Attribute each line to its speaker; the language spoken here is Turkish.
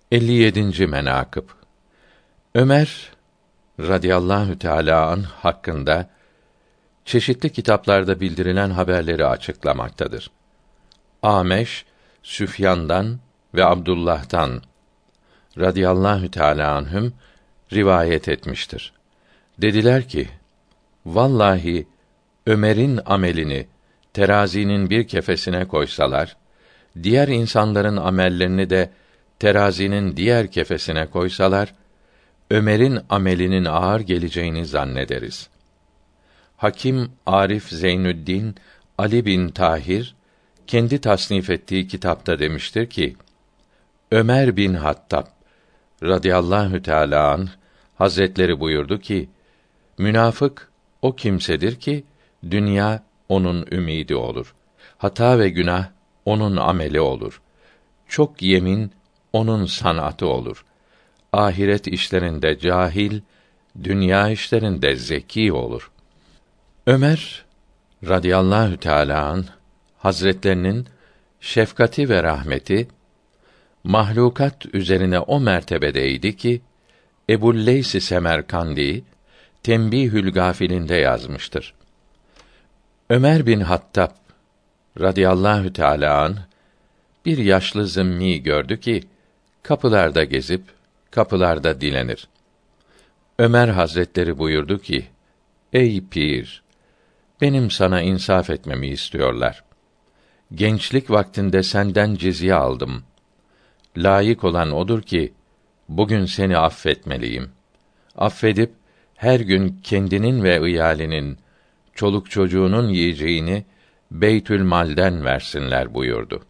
Speaker 1: 57. menakıb Ömer radıyallahu teâlâ anh hakkında çeşitli kitaplarda bildirilen haberleri açıklamaktadır. Âmeş, Süfyan'dan ve Abdullah'tan radıyallahu teâlâ anhüm rivayet etmiştir. Dediler ki, vallahi Ömer'in amelini terazinin bir kefesine koysalar, diğer insanların amellerini de terazinin diğer kefesine koysalar, Ömer'in amelinin ağır geleceğini zannederiz. Hakim Arif Zeynüddin Ali bin Tahir kendi tasnif ettiği kitapta demiştir ki, Ömer bin Hattab radıyallahu teâlâ anh Hazretleri buyurdu ki, münafık o kimsedir ki dünya onun ümidi olur. Hata ve günah onun ameli olur. Çok yemin onun sanatı olur. Ahiret işlerinde cahil, dünya işlerinde zeki olur. Ömer radıyallahu teâlâ anh Hazretlerinin şefkati ve rahmeti mahlukat üzerine o mertebedeydi ki Ebu'l-Leys Semerkandî Tembîhül Gâfilinde yazmıştır. Ömer bin Hattab radıyallahu teâlâ anh bir yaşlı zımmi gördü ki kapılarda gezip kapılarda dilenir. Ömer Hazretleri buyurdu ki, ey pir, benim sana insaf etmemi istiyorlar. Gençlik vaktinde senden cizye aldım. Layık olan odur ki bugün seni affetmeliyim. Affedip her gün kendinin ve iyalinin, çoluk çocuğunun yiyeceğini Beytülmal'den versinler buyurdu.